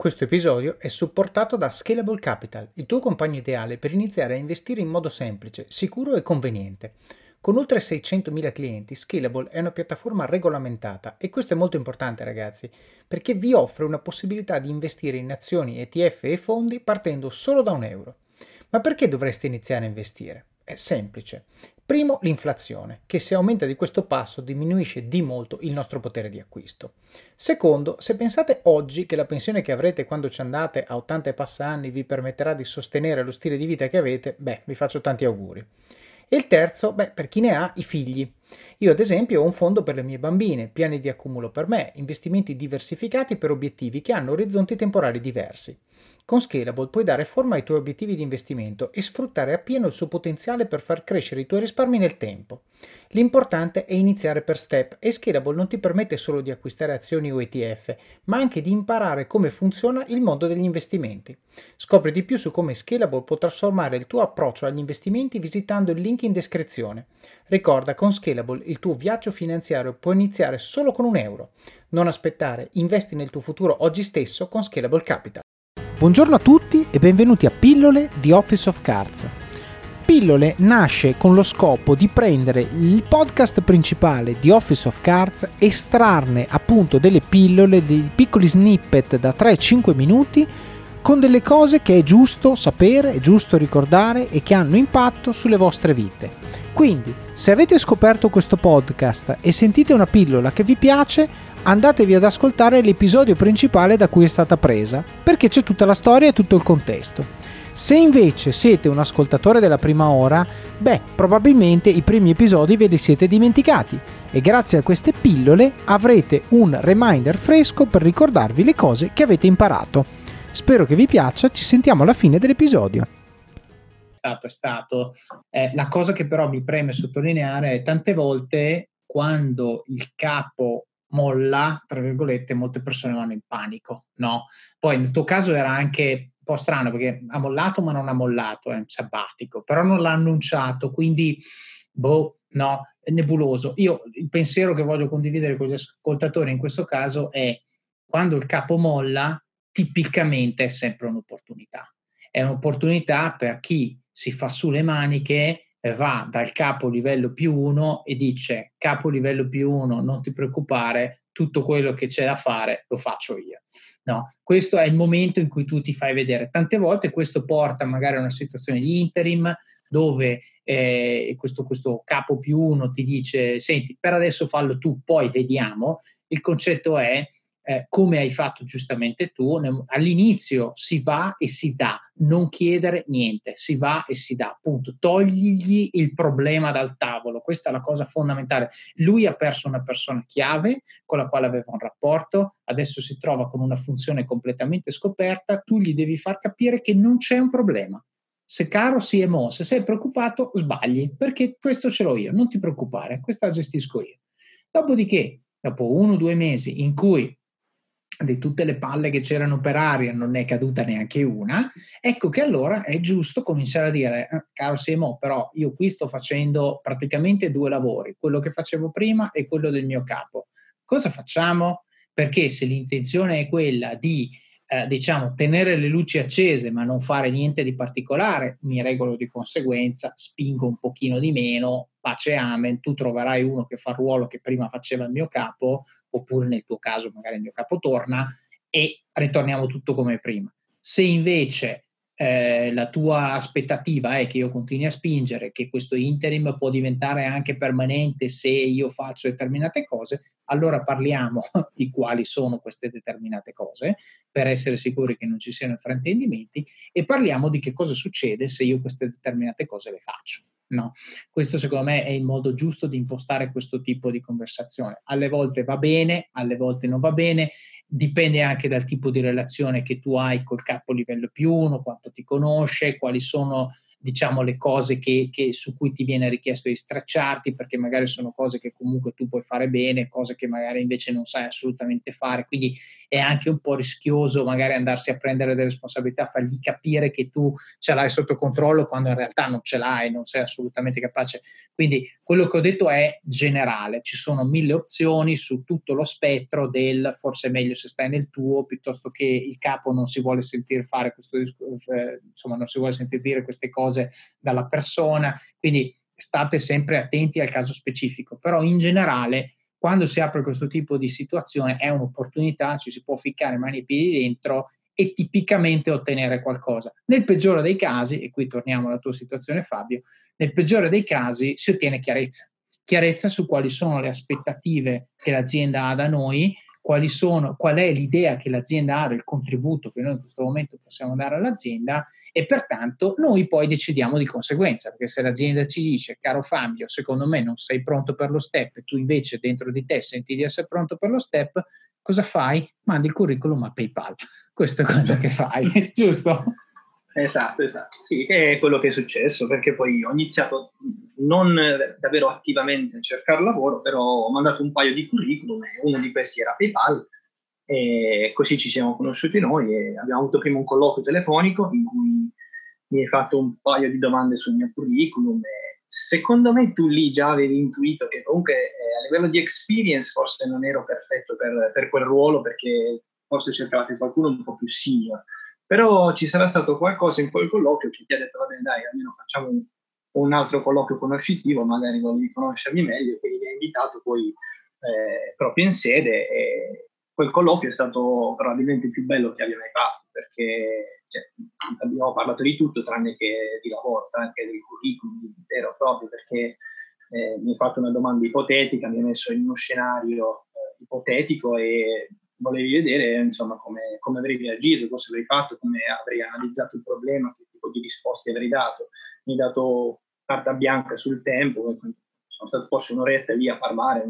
Questo episodio è supportato da Scalable Capital, il tuo compagno ideale per iniziare a investire in modo semplice, sicuro e conveniente. Con oltre 600.000 clienti, Scalable è una piattaforma regolamentata e questo è molto importante, ragazzi, perché vi offre una possibilità di investire in azioni, ETF e fondi partendo solo da €1. Ma perché dovreste iniziare a investire? È semplice. Primo, l'inflazione, che se aumenta di questo passo diminuisce di molto il nostro potere di acquisto. Secondo, se pensate oggi che la pensione che avrete quando ci andate a 80 e passa anni vi permetterà di sostenere lo stile di vita che avete, vi faccio tanti auguri. E il terzo, per chi ne ha, i figli. Io ad esempio ho un fondo per le mie bambine, piani di accumulo per me, investimenti diversificati per obiettivi che hanno orizzonti temporali diversi. Con Scalable puoi dare forma ai tuoi obiettivi di investimento e sfruttare appieno il suo potenziale per far crescere i tuoi risparmi nel tempo. L'importante è iniziare per step e Scalable non ti permette solo di acquistare azioni o ETF, ma anche di imparare come funziona il mondo degli investimenti. Scopri di più su come Scalable può trasformare il tuo approccio agli investimenti visitando il link in descrizione. Ricorda, con Scalable il tuo viaggio finanziario può iniziare solo con €1. Non aspettare, investi nel tuo futuro oggi stesso con Scalable Capital. Buongiorno a tutti e benvenuti a Pillole di Office of Cards. Pillole nasce con lo scopo di prendere il podcast principale di Office of Cards, estrarne appunto delle pillole, dei piccoli snippet da 3-5 minuti con delle cose che è giusto sapere, è giusto ricordare e che hanno impatto sulle vostre vite. Quindi, se avete scoperto questo podcast e sentite una pillola che vi piace, andatevi ad ascoltare l'episodio principale da cui è stata presa, perché c'è tutta la storia e tutto il contesto. Se invece siete un ascoltatore della prima ora, probabilmente i primi episodi ve li siete dimenticati e grazie a queste pillole avrete un reminder fresco per ricordarvi le cose che avete imparato. Spero che vi piaccia, ci sentiamo alla fine dell'episodio. È stato. La cosa che però mi preme sottolineare è tante volte quando il capo molla, tra virgolette, molte persone vanno in panico, no? Poi nel tuo caso era anche un po' strano perché ha mollato ma non ha mollato, è un sabbatico, però non l'ha annunciato, quindi no, è nebuloso. Io il pensiero che voglio condividere con gli ascoltatori in questo caso è: quando il capo molla, tipicamente è sempre un'opportunità. È un'opportunità per chi si fa su le maniche, va dal capo livello più 1 e dice: capo livello più 1, non ti preoccupare, tutto quello che c'è da fare lo faccio io. No, questo è il momento in cui tu ti fai vedere. Tante volte questo porta magari a una situazione di interim dove questo capo più 1 ti dice: senti, per adesso fallo tu, poi vediamo. Il concetto è come hai fatto giustamente tu, all'inizio si va e si dà, non chiedere niente, si va e si dà, punto. Togligli il problema dal tavolo, questa è la cosa fondamentale. Lui ha perso una persona chiave con la quale aveva un rapporto, adesso si trova con una funzione completamente scoperta, tu gli devi far capire che non c'è un problema. Se caro sì e mo, se sei preoccupato sbagli, perché questo ce l'ho io, non ti preoccupare, questa la gestisco io. Dopodiché, dopo 1 o 2 mesi in cui di tutte le palle che c'erano per aria non è caduta neanche una, ecco che allora è giusto cominciare a dire: caro Simo, però io qui sto facendo praticamente 2 lavori, quello che facevo prima e quello del mio capo. Cosa facciamo? Perché se l'intenzione è quella di tenere le luci accese ma non fare niente di particolare, mi regolo di conseguenza, spingo un pochino di meno, pace amen, tu troverai uno che fa il ruolo che prima faceva il mio capo, oppure nel tuo caso magari il mio capo torna e ritorniamo tutto come prima. Se invece la tua aspettativa è che io continui a spingere, che questo interim può diventare anche permanente se io faccio determinate cose, allora parliamo di quali sono queste determinate cose per essere sicuri che non ci siano fraintendimenti e parliamo di che cosa succede se io queste determinate cose le faccio. No, questo secondo me è il modo giusto di impostare questo tipo di conversazione. Alle volte va bene, alle volte non va bene, dipende anche dal tipo di relazione che tu hai col capo livello più 1, quanto ti conosce, quali sono diciamo, le cose su cui ti viene richiesto di stracciarti, perché magari sono cose che comunque tu puoi fare bene, cose che magari invece non sai assolutamente fare, quindi è anche un po' rischioso magari andarsi a prendere delle responsabilità, fargli capire che tu ce l'hai sotto controllo quando in realtà non ce l'hai, non sei assolutamente capace. Quindi quello che ho detto è generale, ci sono 1000 opzioni su tutto lo spettro del forse è meglio se stai nel tuo, piuttosto che il capo non si vuole sentire fare questo insomma non si vuole sentire dire queste cose dalla persona, quindi state sempre attenti al caso specifico, però in generale quando si apre questo tipo di situazione è un'opportunità, ci si può ficcare mani e piedi dentro e tipicamente ottenere qualcosa. Nel peggiore dei casi, e qui torniamo alla tua situazione Fabio, nel peggiore dei casi si ottiene chiarezza su quali sono le aspettative che l'azienda ha da noi, qual è l'idea che l'azienda ha del contributo che noi in questo momento possiamo dare all'azienda, e pertanto noi poi decidiamo di conseguenza, perché se l'azienda ci dice caro Fabio, secondo me non sei pronto per lo step e tu invece dentro di te senti di essere pronto per lo step, cosa fai? Mandi il curriculum a PayPal. Questo è quello che fai, giusto? Esatto, sì, che è quello che è successo, perché poi ho iniziato non davvero attivamente a cercare lavoro, però ho mandato un paio di curriculum e uno di questi era PayPal, e così ci siamo conosciuti noi e abbiamo avuto prima un colloquio telefonico in cui mi hai fatto un paio di domande sul mio curriculum e secondo me tu lì già avevi intuito che comunque a livello di experience forse non ero perfetto per quel ruolo, perché forse cercavate qualcuno un po' più senior. Però ci sarà stato qualcosa in quel colloquio che ti ha detto, va bene dai, almeno facciamo un altro colloquio conoscitivo, magari volevi conoscermi meglio, quindi mi ha invitato poi proprio in sede, e quel colloquio è stato probabilmente il più bello che abbia mai fatto, perché abbiamo parlato di tutto tranne che di lavoro, tranne che del curriculum intero, proprio perché mi hai fatto una domanda ipotetica, mi hai messo in uno scenario ipotetico e volevi vedere insomma come avrei reagito, cosa avrei fatto, come avrei analizzato il problema, che tipo di risposte avrei dato. Mi hai dato carta bianca sul tempo, sono stato forse un'oretta lì a parlare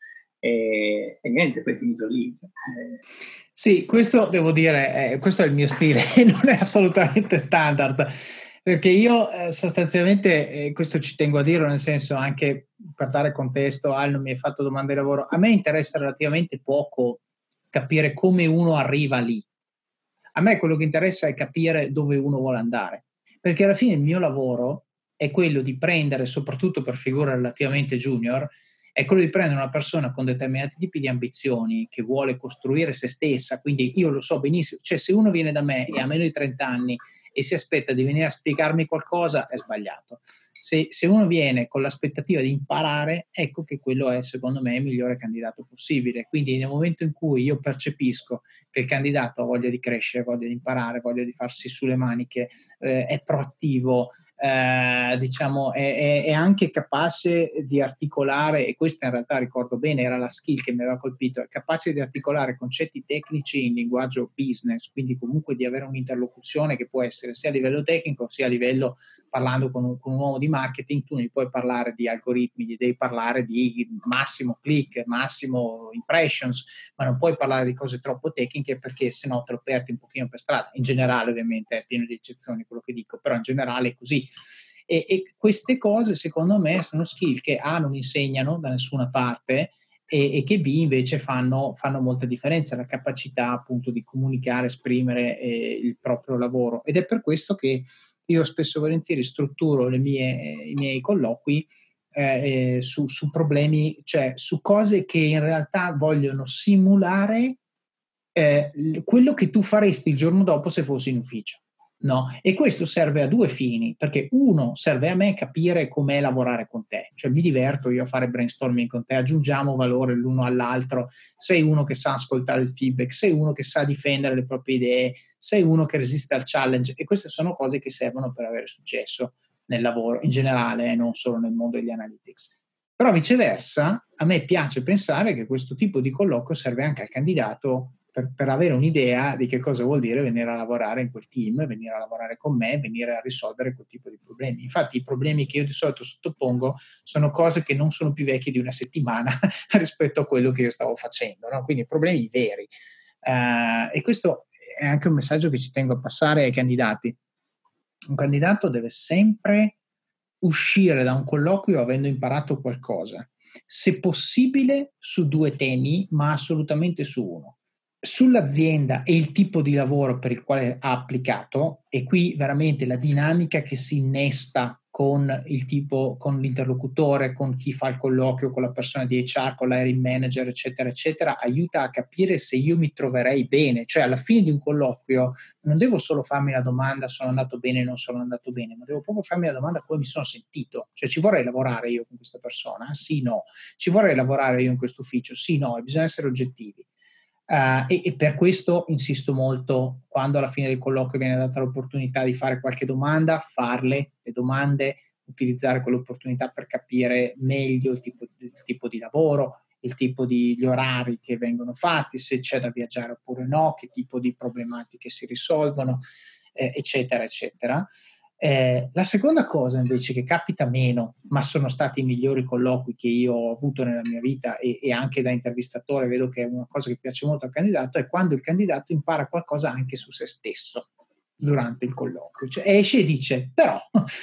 e niente, poi è finito lì. Sì, questo devo dire, questo è il mio stile, non è assolutamente standard, perché io sostanzialmente, questo ci tengo a dirlo, nel senso anche per dare contesto, non mi hai fatto domande di lavoro, a me interessa relativamente poco capire come uno arriva lì. A me quello che interessa è capire dove uno vuole andare, perché alla fine il mio lavoro è quello di prendere, soprattutto per figure relativamente junior, è quello di prendere una persona con determinati tipi di ambizioni che vuole costruire se stessa, quindi io lo so benissimo, cioè se uno viene da me e ha meno di 30 anni e si aspetta di venire a spiegarmi qualcosa è sbagliato. Se uno viene con l'aspettativa di imparare, ecco che quello è secondo me il migliore candidato possibile. Quindi nel momento in cui io percepisco che il candidato ha voglia di crescere, voglia di imparare, voglia di farsi su le maniche, è proattivo, diciamo è anche capace di articolare, e questa in realtà ricordo bene era la skill che mi aveva colpito, è capace di articolare concetti tecnici in linguaggio business, quindi comunque di avere un'interlocuzione che può essere sia a livello tecnico sia a livello parlando con un uomo di marketing. Tu non puoi parlare di algoritmi, gli devi parlare di massimo click, massimo impressions, ma non puoi parlare di cose troppo tecniche perché sennò te lo perdi un pochino per strada. In generale ovviamente è pieno di eccezioni quello che dico, però in generale è così. E queste cose secondo me sono skill che A non insegnano da nessuna parte e che B invece fanno molta differenza, la capacità appunto di comunicare, esprimere il proprio lavoro. Ed è per questo che io spesso e volentieri strutturo i miei colloqui su problemi, cioè su cose che in realtà vogliono simulare quello che tu faresti il giorno dopo se fossi in ufficio. No? E questo serve a due fini, perché uno serve a me capire com'è lavorare con te, cioè mi diverto io a fare brainstorming con te, aggiungiamo valore l'uno all'altro, sei uno che sa ascoltare il feedback, sei uno che sa difendere le proprie idee, sei uno che resiste al challenge, e queste sono cose che servono per avere successo nel lavoro in generale, non solo nel mondo degli analytics. Però viceversa, a me piace pensare che questo tipo di colloquio serve anche al candidato per avere un'idea di che cosa vuol dire venire a lavorare in quel team, venire a lavorare con me, venire a risolvere quel tipo di problemi. Infatti i problemi che io di solito sottopongo sono cose che non sono più vecchie di una settimana rispetto a quello che io stavo facendo, no? Quindi problemi veri. E questo è anche un messaggio che ci tengo a passare ai candidati. Un candidato deve sempre uscire da un colloquio avendo imparato qualcosa, se possibile su 2 temi, ma assolutamente su uno. Sull'azienda e il tipo di lavoro per il quale ha applicato, e qui veramente la dinamica che si innesta con il tipo, con l'interlocutore, con chi fa il colloquio, con la persona di HR, con l'hiring manager, eccetera, eccetera, aiuta a capire se io mi troverei bene. Cioè, alla fine di un colloquio non devo solo farmi la domanda sono andato bene o non sono andato bene, ma devo proprio farmi la domanda come mi sono sentito. Cioè, ci vorrei lavorare io con questa persona? Sì, no. Ci vorrei lavorare io in questo ufficio? Sì, no. E bisogna essere oggettivi. E per questo insisto molto, quando alla fine del colloquio viene data l'opportunità di fare qualche domanda, farle le domande, utilizzare quell'opportunità per capire meglio il tipo di lavoro, il tipo di gli orari che vengono fatti, se c'è da viaggiare oppure no, che tipo di problematiche si risolvono, eccetera, eccetera. La seconda cosa invece che capita meno, ma sono stati i migliori colloqui che io ho avuto nella mia vita e anche da intervistatore vedo che è una cosa che piace molto al candidato, è quando il candidato impara qualcosa anche su se stesso durante il colloquio. Cioè esce e dice, però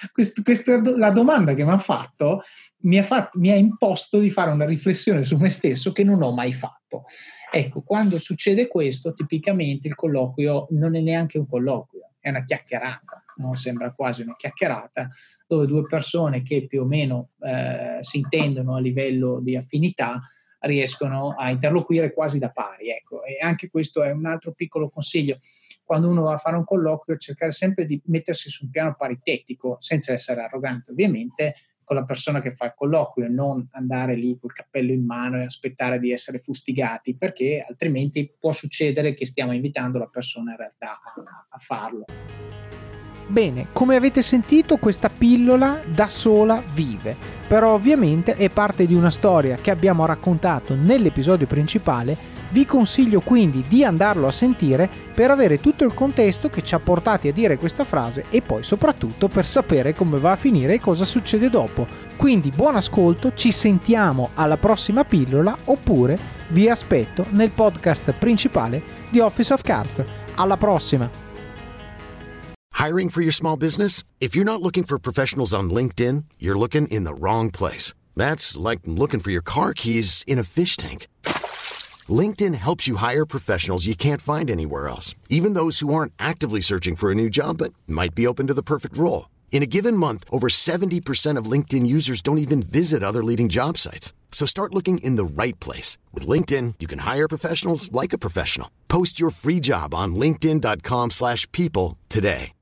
la domanda che mi ha fatto mi ha imposto di fare una riflessione su me stesso che non ho mai fatto. Ecco, quando succede questo, tipicamente il colloquio non è neanche un colloquio, è una chiacchierata. No? Sembra quasi una chiacchierata dove 2 persone che più o meno si intendono a livello di affinità riescono a interloquire quasi da pari. Ecco. E anche questo è un altro piccolo consiglio. Quando uno va a fare un colloquio, cercare sempre di mettersi su un piano paritetico, senza essere arrogante ovviamente, con la persona che fa il colloquio, non andare lì col cappello in mano e aspettare di essere fustigati, perché altrimenti può succedere che stiamo invitando la persona in realtà a farlo. Bene, come avete sentito, questa pillola da sola vive, però ovviamente è parte di una storia che abbiamo raccontato nell'episodio principale. Vi consiglio quindi di andarlo a sentire per avere tutto il contesto che ci ha portati a dire questa frase e poi soprattutto per sapere come va a finire e cosa succede dopo. Quindi buon ascolto, ci sentiamo alla prossima pillola oppure vi aspetto nel podcast principale di Office of Cards. Alla prossima! Hiring for your small business? If you're not looking for professionals on LinkedIn, you're looking in the wrong place. That's like looking for your car keys in a fish tank. LinkedIn helps you hire professionals you can't find anywhere else, even those who aren't actively searching for a new job but might be open to the perfect role. In a given month, over 70% of LinkedIn users don't even visit other leading job sites. So start looking in the right place. With LinkedIn, you can hire professionals like a professional. Post your free job on linkedin.com/people today.